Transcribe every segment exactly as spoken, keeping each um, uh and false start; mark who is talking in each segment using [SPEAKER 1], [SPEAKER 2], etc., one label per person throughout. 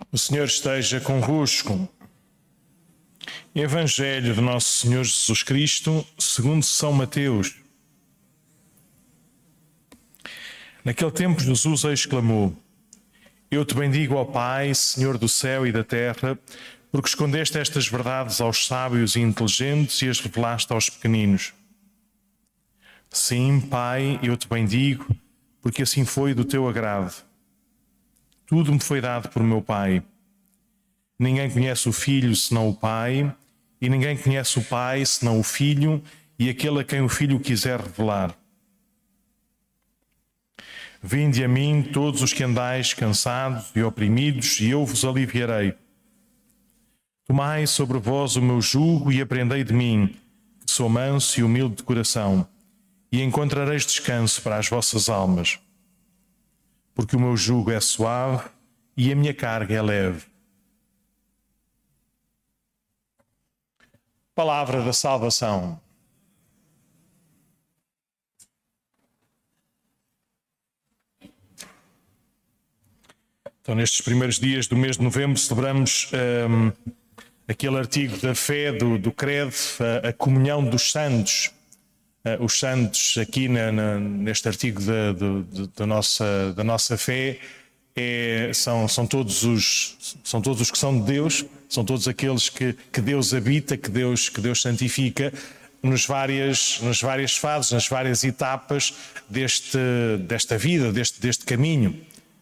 [SPEAKER 1] O Senhor esteja convosco. Evangelho de Nosso Senhor Jesus Cristo, segundo São Mateus. Naquele tempo Jesus exclamou: Eu te bendigo, ó Pai, Senhor do céu e da terra, porque escondeste estas verdades aos sábios e inteligentes e as revelaste aos pequeninos. Sim, Pai, eu te bendigo, porque assim foi do teu agrado. Tudo me foi dado por meu Pai. Ninguém conhece o Filho senão o Pai, e ninguém conhece o Pai senão o Filho e aquele a quem o Filho quiser revelar. Vinde a mim todos os que andais cansados e oprimidos, e eu vos aliviarei. Tomai sobre vós o meu jugo e aprendei de mim, que sou manso e humilde de coração, e encontrareis descanso para as vossas almas. Porque o meu jugo é suave e a minha carga é leve. Palavra da salvação. Então, nestes primeiros dias do mês de novembro, celebramos um, aquele artigo da fé, do, do credo, a, a comunhão dos santos. Uh, os santos, aqui na, na, neste artigo da, do, do, da, nossa, da nossa fé, é, são, são, todos os, são todos os que são de Deus, são todos aqueles que, que Deus habita, que Deus, que Deus santifica, nos várias, nas várias fases, nas várias etapas deste, desta vida, deste, deste caminho.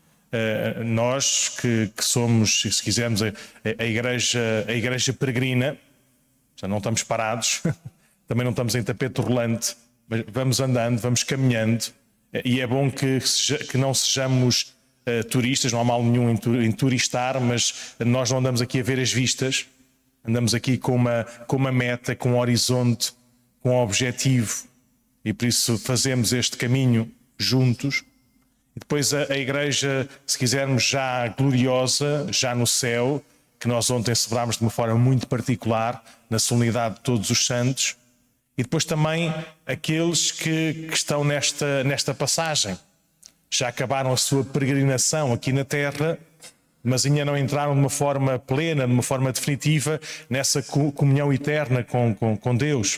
[SPEAKER 1] Uh, nós que, que somos, se quisermos, a, a, igreja, a igreja peregrina, já não estamos parados, também não estamos em tapete rolante, mas vamos andando, vamos caminhando, e é bom que, seja, que não sejamos uh, turistas, não há mal nenhum em, tur, em turistar, mas nós não andamos aqui a ver as vistas, andamos aqui com uma, com uma meta, com um horizonte, com um objetivo, e por isso fazemos este caminho juntos. E depois a, a igreja, se quisermos, já gloriosa, já no céu, que nós ontem celebrámos de uma forma muito particular, na solenidade de todos os santos. E depois também aqueles que, que estão nesta, nesta passagem. Já acabaram a sua peregrinação aqui na Terra, mas ainda não entraram de uma forma plena, de uma forma definitiva, nessa comunhão eterna com, com, com Deus.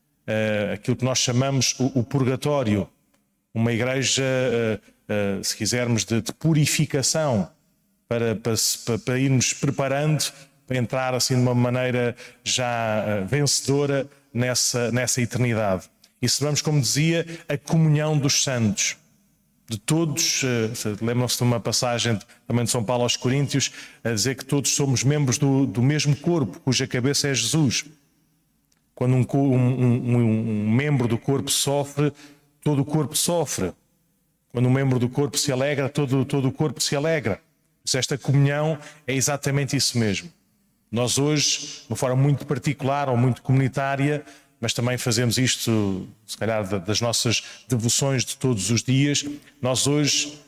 [SPEAKER 1] Uh, aquilo que nós chamamos o, o purgatório. Uma igreja, uh, uh, se quisermos, de, de purificação, para, para, para irmos preparando, para entrar assim de uma maneira já uh, vencedora nessa, nessa eternidade. E celebramos, como dizia, a comunhão dos santos, de todos. Uh, lembram-se de uma passagem também de São Paulo aos Coríntios, a dizer que todos somos membros do, do mesmo corpo, cuja cabeça é Jesus. Quando um, um, um, um membro do corpo sofre, todo o corpo sofre. Quando um membro do corpo se alegra, todo, todo o corpo se alegra. Esta comunhão é exatamente isso mesmo. Nós hoje, de uma forma muito particular ou muito comunitária, mas também fazemos isto, se calhar, das nossas devoções de todos os dias, nós hoje,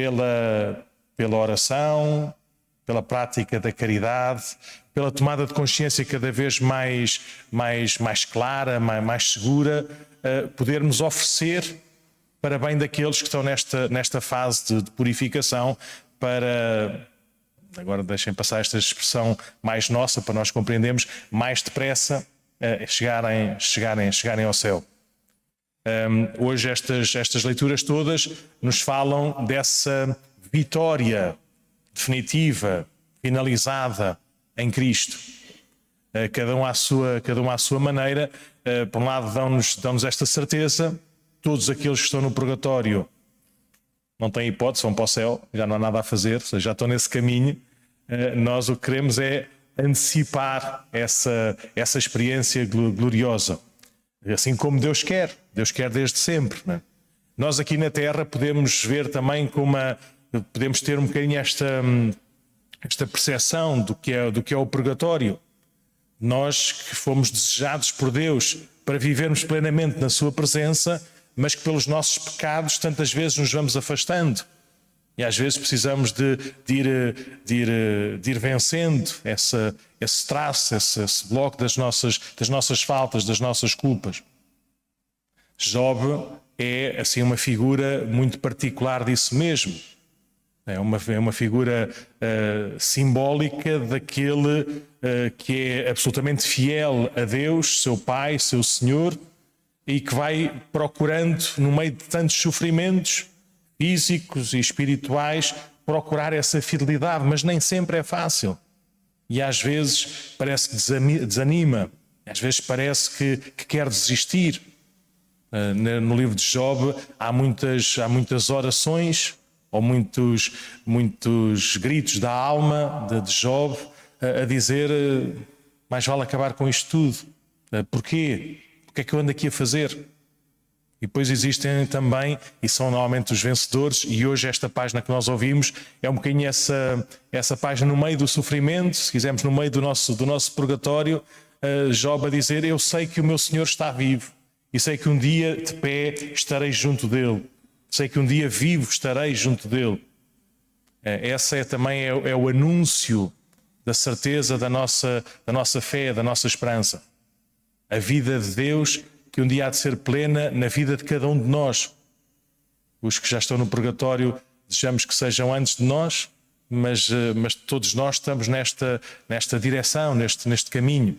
[SPEAKER 1] pela, pela oração, pela prática da caridade, pela tomada de consciência cada vez mais, mais, mais clara, mais, mais segura, uh, podermos oferecer para bem daqueles que estão nesta, nesta fase de, de purificação, para, agora deixem passar esta expressão mais nossa, para nós compreendermos, mais depressa uh, chegarem, chegarem, chegarem ao céu. Um, hoje estas, estas leituras todas nos falam dessa vitória definitiva, finalizada em Cristo. Uh, cada um à sua, cada um à sua maneira. Uh, por um lado dão-nos, dão-nos esta certeza, todos aqueles que estão no purgatório não têm hipótese, vão para o céu, já não há nada a fazer, ou seja, já estão nesse caminho. Uh, nós o que queremos é antecipar essa, essa experiência gloriosa, assim como Deus quer, Deus quer desde sempre, não é? Nós aqui na Terra podemos ver também como a, podemos ter um bocadinho esta, esta percepção do que é, do que é o purgatório. Nós que fomos desejados por Deus para vivermos plenamente na sua presença, mas que pelos nossos pecados tantas vezes nos vamos afastando. E às vezes precisamos de, de, ir, de, ir, de ir vencendo essa, esse traço, esse, esse bloco das nossas, das nossas faltas, das nossas culpas. Job é assim uma figura muito particular disso mesmo. É uma, é uma figura uh, simbólica daquele uh, que é absolutamente fiel a Deus, seu Pai, seu Senhor, e que vai procurando, no meio de tantos sofrimentos físicos e espirituais, procurar essa fidelidade, mas nem sempre é fácil. E às vezes parece que desanima, às vezes parece que, que quer desistir. Uh, no livro de Job há muitas, há muitas orações, ou muitos, muitos gritos da alma de, de Job a, a dizer: mais vale acabar com isto tudo. Porquê? O que é que eu ando aqui a fazer? E depois existem também, e são normalmente os vencedores, e hoje esta página que nós ouvimos é um bocadinho essa, essa página no meio do sofrimento, se quisermos no meio do nosso, do nosso purgatório, uh, Job a dizer: eu sei que o meu Senhor está vivo, e sei que um dia de pé estarei junto dele. Sei que um dia vivo estarei junto dele. Essa é também é, é o anúncio da certeza da nossa, da nossa fé, da nossa esperança. A vida de Deus que um dia há de ser plena na vida de cada um de nós. Os que já estão no purgatório desejamos que sejam antes de nós, mas, mas todos nós estamos nesta, nesta direção, neste, neste caminho.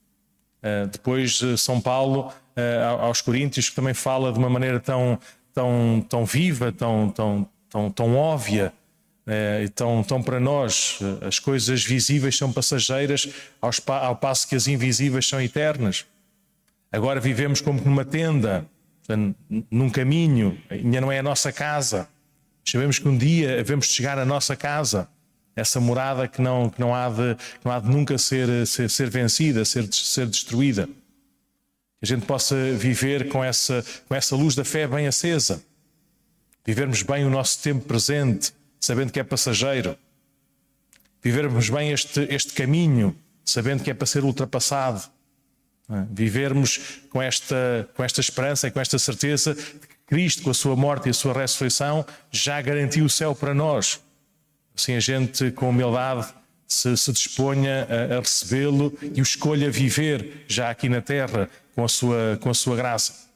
[SPEAKER 1] Depois São Paulo aos Coríntios, que também fala de uma maneira tão Tão, tão viva, tão, tão, tão, tão óbvia, é, e tão, tão para nós. As coisas visíveis são passageiras, aos, ao passo que as invisíveis são eternas. Agora vivemos como numa tenda, num caminho, ainda não é a nossa casa. Sabemos que um dia havemos de chegar à nossa casa, essa morada que não, que não, há, de, que não há de nunca ser, ser, ser vencida, ser, ser destruída. Que a gente possa viver com essa, com essa luz da fé bem acesa. Vivermos bem o nosso tempo presente, sabendo que é passageiro. Vivermos bem este, este caminho, sabendo que é para ser ultrapassado. Vivermos com esta, com esta esperança e com esta certeza de que Cristo, com a sua morte e a sua ressurreição, já garantiu o céu para nós. Assim a gente, com humildade, se, se disponha a, a recebê-lo e o escolha viver já aqui na terra, com a sua, com a sua graça.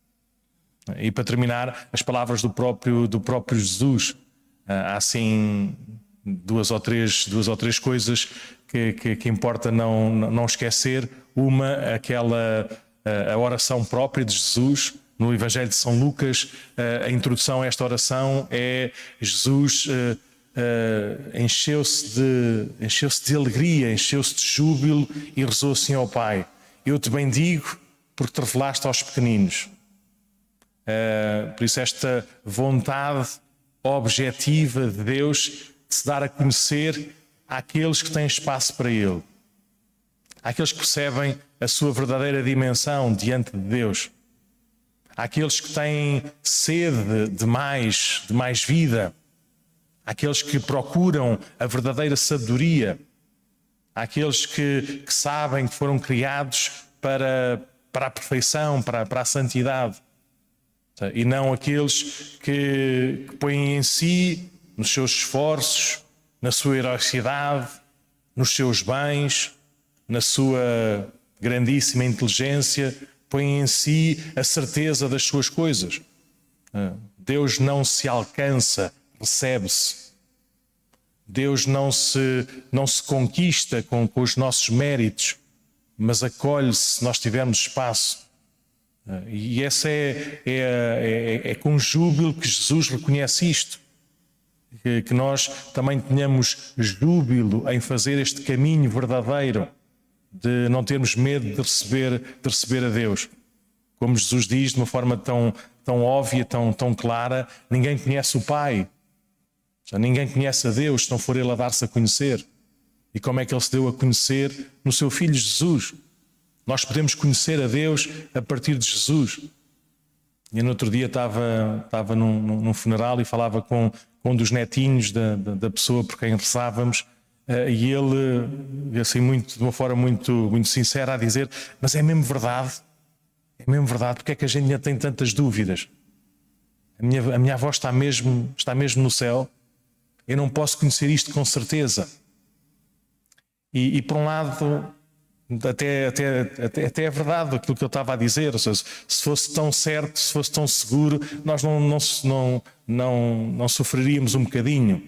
[SPEAKER 1] E para terminar, as palavras do próprio, do próprio Jesus. Há assim duas ou três, duas ou três coisas que, que, que importa não, não esquecer. Uma, aquela a oração própria de Jesus. No Evangelho de São Lucas, a introdução a esta oração é: Jesus uh, uh, encheu-se de, encheu-se de alegria, encheu-se de júbilo e rezou assim ao Pai: eu te bendigo porque te revelaste aos pequeninos. Uh, por isso esta vontade objetiva de Deus de se dar a conhecer àqueles que têm espaço para Ele, àqueles que percebem a sua verdadeira dimensão diante de Deus, àqueles que têm sede de mais, de mais vida, àqueles que procuram a verdadeira sabedoria, àqueles que, que sabem que foram criados para, para a perfeição, para, para a santidade, e não aqueles que, que põem em si, nos seus esforços, na sua heroicidade, nos seus bens, na sua grandíssima inteligência, põem em si a certeza das suas coisas. Deus não se alcança, recebe-se. Deus não se, não se conquista com, com os nossos méritos, mas acolhe-se se nós tivermos espaço. E essa é, é, é, é com júbilo que Jesus reconhece isto. Que, que nós também tenhamos júbilo em fazer este caminho verdadeiro, de não termos medo de receber, de receber a Deus. Como Jesus diz de uma forma tão, tão óbvia, tão, tão clara: ninguém conhece o Pai, já ninguém conhece a Deus se não for Ele a dar-se a conhecer. E como é que Ele se deu a conhecer? No seu Filho Jesus. Nós podemos conhecer a Deus a partir de Jesus. E no outro dia estava, estava num, num funeral e falava com, com um dos netinhos da, da, da pessoa por quem rezávamos, uh, e ele, assim, muito, de uma forma muito, muito sincera, a dizer: mas é mesmo verdade? É mesmo verdade? Porque é que a gente ainda tem tantas dúvidas? A minha, a minha avó está mesmo, está mesmo no céu? Eu não posso conhecer isto com certeza. E, e por um lado, até, até, até, até é verdade aquilo que eu estava a dizer. Ou seja, se fosse tão certo, se fosse tão seguro, nós não, não, não, não, não sofreríamos um bocadinho.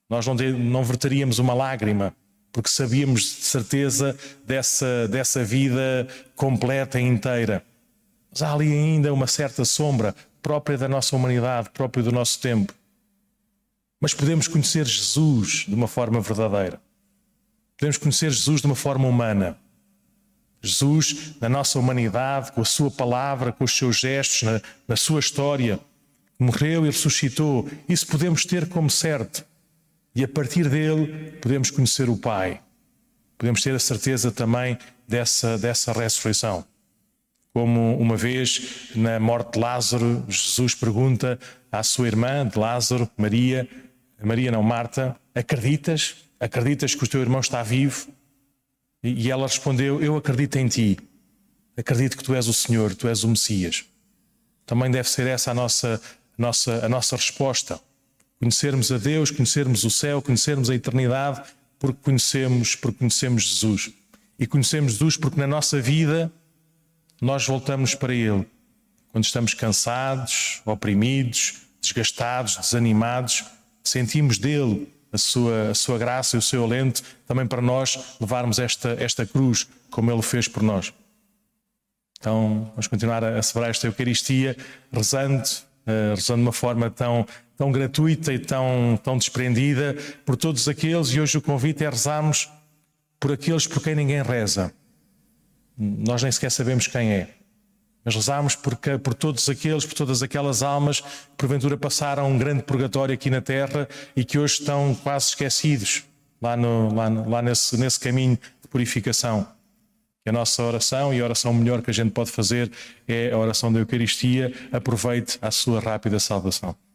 [SPEAKER 1] Nós não, de, não verteríamos uma lágrima, porque sabíamos de certeza dessa, dessa vida completa e inteira. Mas há ali ainda uma certa sombra própria da nossa humanidade, própria do nosso tempo. Mas podemos conhecer Jesus de uma forma verdadeira. Podemos conhecer Jesus de uma forma humana. Jesus, na nossa humanidade, com a sua palavra, com os seus gestos, na, na sua história, morreu e ressuscitou. Isso podemos ter como certo. E a partir dele podemos conhecer o Pai. Podemos ter a certeza também dessa, dessa ressurreição. Como uma vez, na morte de Lázaro, Jesus pergunta à sua irmã de Lázaro, Maria, Maria não, Marta, acreditas? Acreditas que o teu irmão está vivo? E ela respondeu, eu acredito em ti. Acredito que tu és o Senhor, tu és o Messias. Também deve ser essa a nossa, nossa, a nossa resposta. Conhecermos a Deus, conhecermos o céu, conhecermos a eternidade, porque conhecemos, porque conhecemos Jesus. E conhecemos Jesus porque na nossa vida nós voltamos para Ele. Quando estamos cansados, oprimidos, desgastados, desanimados, sentimos dele a sua, a sua graça e o seu alento também para nós levarmos esta, esta cruz como Ele fez por nós. Então vamos continuar a celebrar esta Eucaristia rezando, uh, rezando de uma forma tão, tão gratuita e tão, tão desprendida por todos aqueles, e hoje o convite é rezarmos por aqueles por quem ninguém reza. Nós nem sequer sabemos quem é, mas rezamos por, por todos aqueles, por todas aquelas almas que porventura passaram um grande purgatório aqui na Terra e que hoje estão quase esquecidos lá, no, lá, no, lá nesse, nesse caminho de purificação. A nossa oração, e a oração melhor que a gente pode fazer, é a oração da Eucaristia. Aproveite a sua rápida salvação.